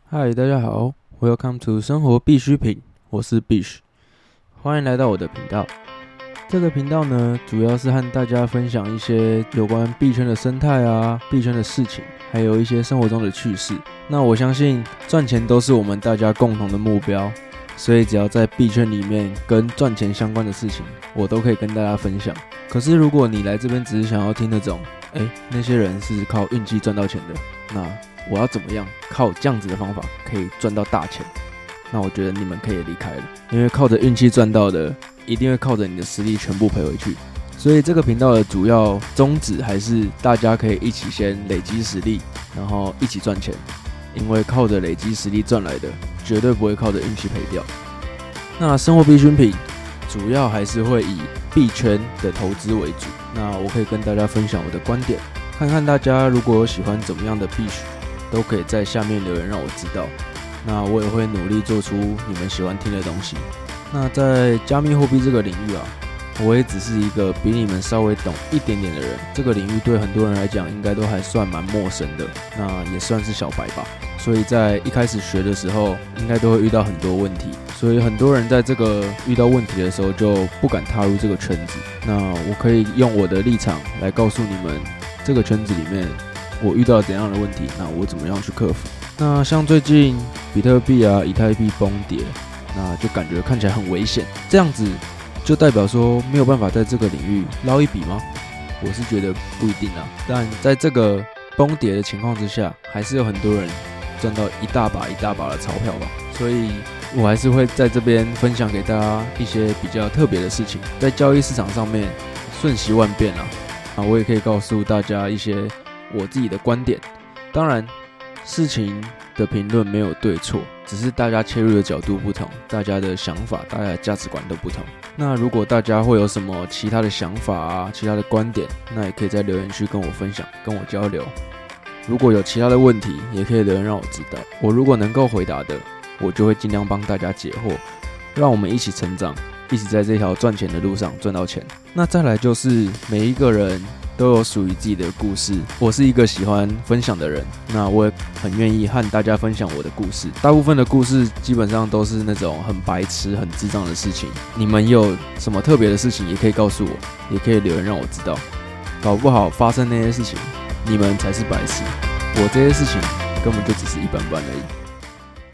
嗨，大家好，Welcome to 生活必需品，我是 Bish， 欢迎来到我的频道。这个频道呢，主要是和大家分享一些有关币圈的生态啊、币圈的事情，还有一些生活中的趣事。那我相信赚钱都是我们大家共同的目标，所以只要在币圈里面跟赚钱相关的事情，我都可以跟大家分享。可是如果你来这边只是想要听那种，那些人是靠运气赚到钱的，那我要怎么样靠这样子的方法可以赚到大钱？那我觉得你们可以离开了，因为靠着运气赚到的，一定会靠着你的实力全部赔回去。所以这个频道的主要宗旨还是大家可以一起先累积实力，然后一起赚钱。因为靠着累积实力赚来的，绝对不会靠着运气赔掉。那生活必需品主要还是会以币圈的投资为主。那我可以跟大家分享我的观点，看看大家如果有喜欢怎么样的币曲，都可以在下面留言让我知道。那我也会努力做出你们喜欢听的东西。那在加密货币这个领域啊，我也只是一个比你们稍微懂一点点的人。这个领域对很多人来讲，应该都还算蛮陌生的，那也算是小白吧。所以在一开始学的时候，应该都会遇到很多问题。所以很多人在这个遇到问题的时候，就不敢踏入这个圈子。那我可以用我的立场来告诉你们，这个圈子里面我遇到怎样的问题，那我怎么样去克服。那像最近比特币啊、以太币崩跌，那就感觉看起来很危险。这样子就代表说没有办法在这个领域捞一笔吗？我是觉得不一定啊。但在这个崩跌的情况之下，还是有很多人赚到一大把一大把的钞票吧。所以我还是会在这边分享给大家一些比较特别的事情。在交易市场上面瞬息万变啊，我也可以告诉大家一些我自己的观点。当然，事情的评论没有对错，只是大家切入的角度不同，大家的想法、大家的价值观都不同。那如果大家会有什么其他的想法啊、其他的观点，那也可以在留言区跟我分享、跟我交流。如果有其他的问题，也可以留言让我知道。我如果能够回答的，我就会尽量帮大家解惑，让我们一起成长，一起在这条赚钱的路上赚到钱。那再来就是每一个人都有属于自己的故事。我是一个喜欢分享的人，那我也很愿意和大家分享我的故事。大部分的故事基本上都是那种很白痴、很智障的事情。你们有什么特别的事情，也可以告诉我，也可以留言让我知道。搞不好发生那些事情，你们才是白痴，我这些事情根本就只是一般般而已。